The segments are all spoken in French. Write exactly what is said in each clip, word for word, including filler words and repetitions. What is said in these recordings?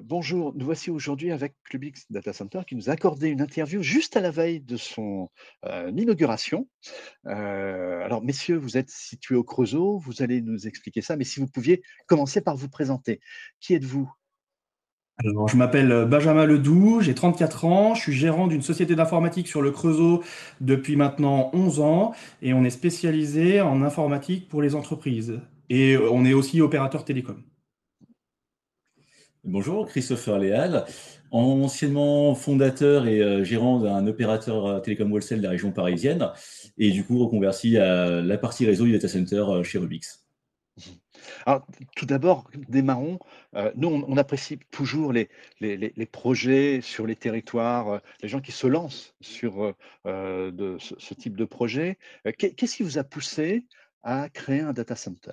Bonjour, nous voici aujourd'hui avec Clubix Data Center qui nous a accordé une interview juste à la veille de son euh, inauguration. Euh, alors, messieurs, vous êtes situés au Creusot, vous allez nous expliquer ça, mais si vous pouviez commencer par vous présenter. Qui êtes-vous? Alors, je m'appelle euh, Benjamin Ledoux, j'ai trente-quatre ans, je suis gérant d'une société d'informatique sur le Creusot depuis maintenant onze ans et on est spécialisé en informatique pour les entreprises. Et euh, on est aussi opérateur télécom. Bonjour, Christopher Léal, anciennement fondateur et euh, gérant d'un opérateur euh, télécom wholesale de la région parisienne, et du coup reconverti à la partie réseau du data center euh, chez Rubix. Alors, tout d'abord, démarrons. Euh, nous, on, on apprécie toujours les, les- les- les projets sur les territoires, euh, les gens qui se lancent sur euh, euh, de, ce, ce type de projet. Euh, qu'est- Qu'est-ce qui vous a poussé à créer un data center?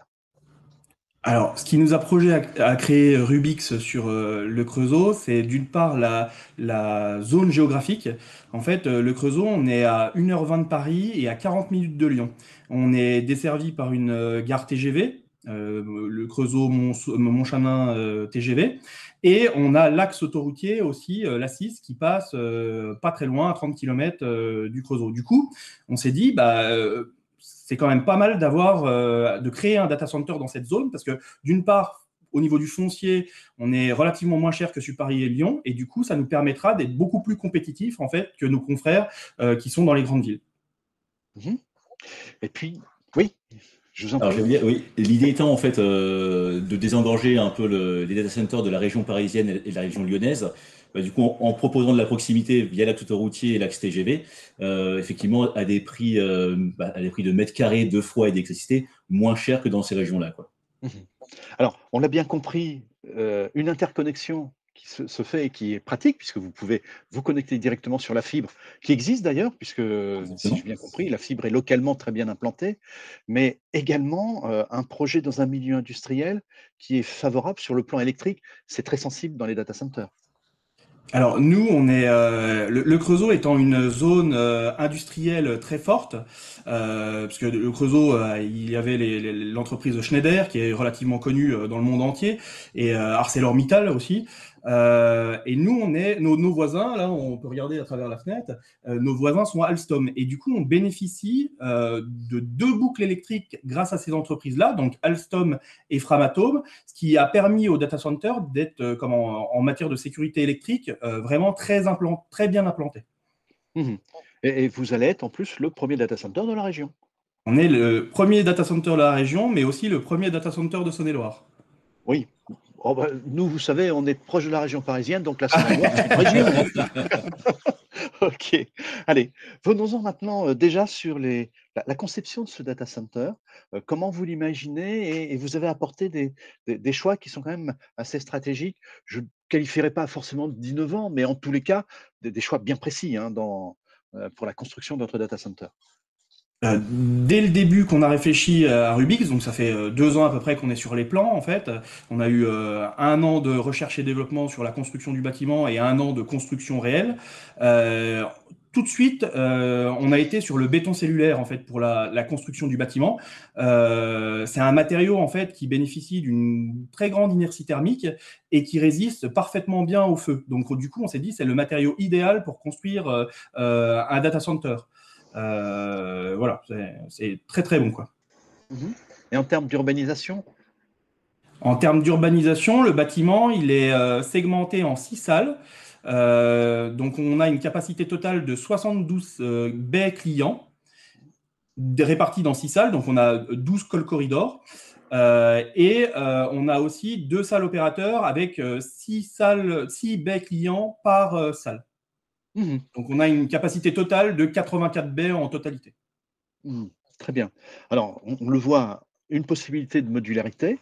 Alors, ce qui nous a projet à, à créer Rubix sur euh, le Creusot, c'est d'une part la, la zone géographique. En fait, euh, le Creusot, on est à une heure vingt de Paris et à quarante minutes de Lyon. On est desservi par une euh, gare T G V, euh, le Creusot Mont, Montchanin euh, T G V, et on a l'axe autoroutier aussi, euh, l'A six, qui passe euh, pas très loin, à trente kilomètres euh, du Creusot. Du coup, on s'est dit, bah, euh, c'est quand même pas mal d'avoir, euh, de créer un data center dans cette zone parce que d'une part, au niveau du foncier, on est relativement moins cher que sur Paris et Lyon et du coup, ça nous permettra d'être beaucoup plus compétitifs en fait que nos confrères euh, qui sont dans les grandes villes. Mhm. Et puis, oui, je vous en Alors je prie. vais vous dire, oui, l'idée étant en fait euh, de désengorger un peu le- les data centers de la région parisienne et de la région lyonnaise. Bah, du coup, en, en proposant de la proximité via l'axe autoroutier et l'axe T G V, euh, effectivement, à des prix, euh, bah, à des prix de mètres carrés, de froid et d'électricité moins chers que dans ces régions-là, quoi. Mhm. Alors, on l'a bien compris, euh, une interconnexion qui se, se fait et qui est pratique, puisque vous pouvez vous connecter directement sur la fibre, qui existe d'ailleurs, puisque, si j'ai Exactement. bien compris, la fibre est localement très bien implantée, mais également euh, un projet dans un milieu industriel qui est favorable sur le plan électrique. C'est très sensible dans les data centers. Alors nous, on est euh, le, le Creusot étant une zone euh, industrielle très forte, euh, parce que le Creusot, euh, il y avait les- les- l'entreprise Schneider qui est relativement connue euh, dans le monde entier, et euh, ArcelorMittal aussi. Euh, et nous, on est nos, nos voisins, là, on peut regarder à travers la fenêtre, euh, nos voisins sont Alstom, et du coup, on bénéficie euh, de deux boucles électriques grâce à ces entreprises-là, donc Alstom et Framatome, ce qui a permis au data center d'être, euh, comme en, en matière de sécurité électrique, euh, vraiment très, implant, très bien implanté. Mhm. Et, et vous allez être en plus le premier data center de la région. On est le premier data center de la région, mais aussi le premier data center de Saône-et-Loire. Oui. Oh, bah, nous, vous savez, on est proche de la région parisienne, donc la Saône-et-Loire, c'est une région, hein. OK. Allez, venons-en maintenant, heu, déjà sur les la la conception de ce data center. Heu, comment vous l'imaginez? Et et vous avez apporté des des des choix qui sont quand même assez stratégiques. Je ne qualifierais pas forcément d'innovants, mais en tous les cas, des des choix bien précis, hein, dans, heu, pour la construction de votre data center. Euh, dès le début qu'on a réfléchi à Rubix, donc ça fait euh, deux ans à peu près qu'on est sur les plans en fait, on a eu euh, un an de recherche et développement sur la construction du bâtiment et un an de construction réelle. Euh, tout de suite, euh, on a été sur le béton cellulaire en fait pour la, la construction du bâtiment. Euh, c'est un matériau en fait qui bénéficie d'une très grande inertie thermique et qui résiste parfaitement bien au feu. Donc du coup, on s'est dit c'est le matériau idéal pour construire euh, euh, un data center. Euh, voilà, c'est très très bon quoi. Mmh. Et en termes d'urbanisation? En termes d'urbanisation, le bâtiment il est euh, segmenté en six salles. Euh, donc on a une capacité totale de soixante-douze euh, baies clients répartis dans six salles. Donc on a douze call corridors. Euh, et euh, on a aussi deux salles opérateurs avec euh, six salles, six baies clients par euh, salle. Mmh. Donc on a une capacité totale de quatre-vingt-quatre baies en totalité. Mmh. Très bien. Alors, on on le voit, une possibilité de modularité.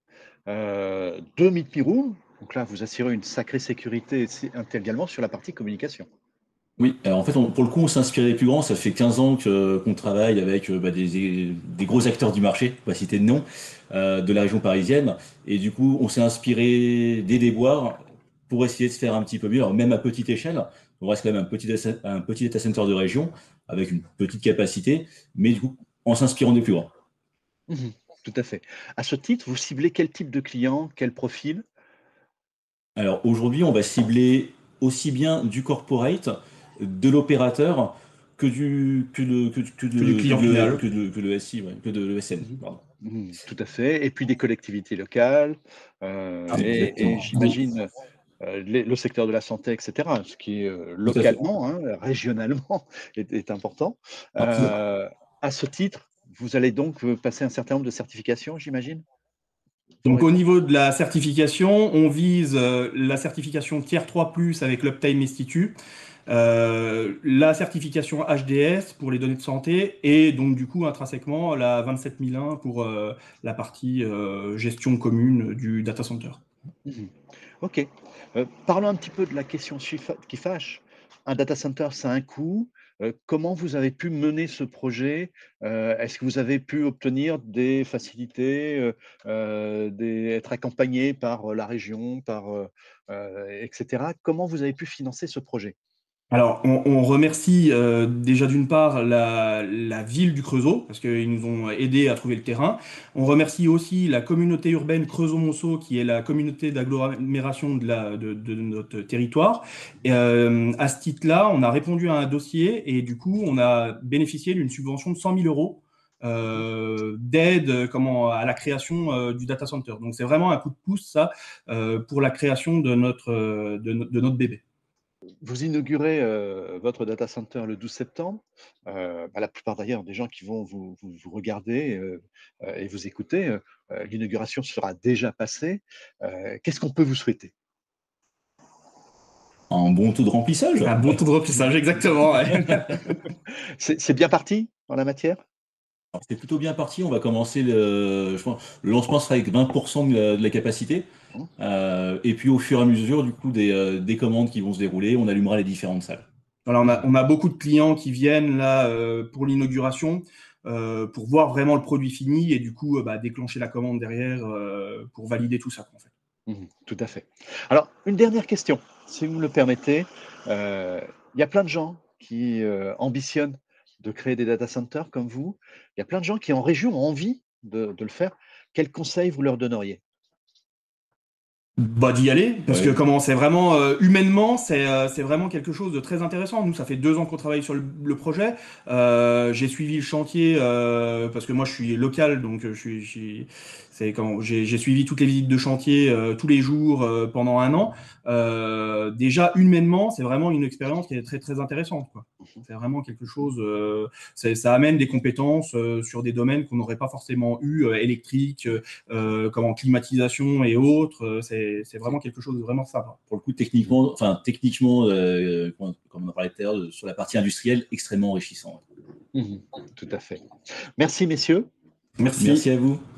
Heu, deux Meet-Me-Room, donc là, vous assurez une sacrée sécurité c'est également sur la partie communication. Oui, alors en fait, on- pour le coup, on s'est inspiré des plus grands. Ça fait quinze ans que, qu'on travaille avec euh, bah, des, des- des gros acteurs du marché, on va citer de nom, euh, de la région parisienne. Et du coup, on s'est inspiré des déboires pour essayer de se faire un petit peu mieux. Alors même à petite échelle, on reste quand même un petit, data- un petit data center de région avec une petite capacité, mais du coup, en s'inspirant des plus grands. Mmh. Tout à fait. À ce titre, vous ciblez quel type de client, quel profil? Alors aujourd'hui, on va cibler aussi bien du corporate, de l'opérateur, que du que de que, que de Que du client que de, final. que de, que de S I, ouais, que de l'E S N. Mhm. Pardon. Mhm, tout à fait. Et puis des collectivités locales, euh, Ah, et, et exactement. j'imagine euh, les- le secteur de la santé, et cetera, ce qui euh, Tout à fait. localement, hein, régionalement, est, est important. Ah, tout à fait. Euh, à ce titre, vous allez donc euh, passer un certain nombre de certifications, j'imagine, pour Donc au répondre. niveau de la certification, on vise euh, la certification Tier trois plus avec l'Uptime Institute, euh, la certification H D S pour les données de santé et donc du coup intrinsèquement la vingt-sept mille un pour euh, la partie euh, gestion commune du data center. Mhm. Ok. Euh, parlons un petit peu de la question qui fa- qui fâche. Un data center, ça a un coût. Euh, comment vous avez pu mener ce projet? Euh, est-ce que vous avez pu obtenir des facilités, euh, euh, des- être accompagné par euh, la région, par, euh, euh, et cetera. Comment vous avez pu financer ce projet? Alors, on, on remercie euh, déjà d'une part la, la ville du Creusot, parce qu'ils nous ont aidés à trouver le terrain. On remercie aussi la communauté urbaine Creusot-Monceau, qui est la communauté d'agglomération de, la- de, de notre territoire. Et, euh, à ce titre-là, on a répondu à un dossier et du coup, on a bénéficié d'une subvention de cent mille euros euh, d'aide comment, à la création euh, du data center. Donc, c'est vraiment un coup de pouce, ça, euh, pour la création de notre, euh, de, no- de notre bébé. Vous inaugurez euh, votre data center le douze septembre. Euh, bah, la plupart d'ailleurs des gens qui vont vous, vous- vous regarder euh, euh, et vous écouter, euh, euh, l'inauguration sera déjà passée. Euh, qu'est-ce qu'on peut vous souhaiter? Un bon taux de remplissage. Un bon taux de remplissage, exactement. Ouais. C'est c'est bien parti en la matière? Alors, c'est plutôt bien parti. On va commencer le, je pense, le lancement sera avec vingt pour cent de la, de la capacité. Hein. Euh, et puis au fur et à mesure, du coup, des, euh, des commandes qui vont se dérouler, on allumera les différentes salles. Voilà, on a, Mhm. on a beaucoup de clients qui viennent là euh, pour l'inauguration, euh, pour voir vraiment le produit fini et du coup euh, bah, déclencher la commande derrière euh, pour valider tout ça, en fait. Mhm, tout à fait. Alors, une dernière question, si vous me le permettez. Euh, Il y a plein de gens qui euh, ambitionnent de créer des data centers comme vous. Il y a plein de gens qui en région ont envie de, de le faire. Quels conseils vous leur donneriez? Bah, d'y aller, parce que Ouais. comment c'est vraiment euh, humainement, c'est euh, c'est vraiment quelque chose de très intéressant. Nous, ça fait deux ans qu'on travaille sur le, le projet. Euh, j'ai suivi le chantier euh, parce que moi, je suis local, donc euh, je suis, je suis- c'est comment j'ai j'ai suivi toutes les visites de chantier euh, tous les jours euh, pendant un an. Euh, déjà humainement, c'est vraiment une expérience qui est très très intéressante, quoi. C'est vraiment quelque chose. Euh, c'est- ça amène des compétences euh, sur des domaines qu'on n'aurait pas forcément eu, euh, électrique, euh, comme en climatisation et autres. euh, C'est c'est vraiment quelque chose de vraiment sympa. Pour le coup, techniquement, enfin, techniquement, euh, comme comme on en parlait tout à l'heure, sur la partie industrielle, extrêmement enrichissant. Mhm, tout à fait. Merci, messieurs. Merci. Merci à vous.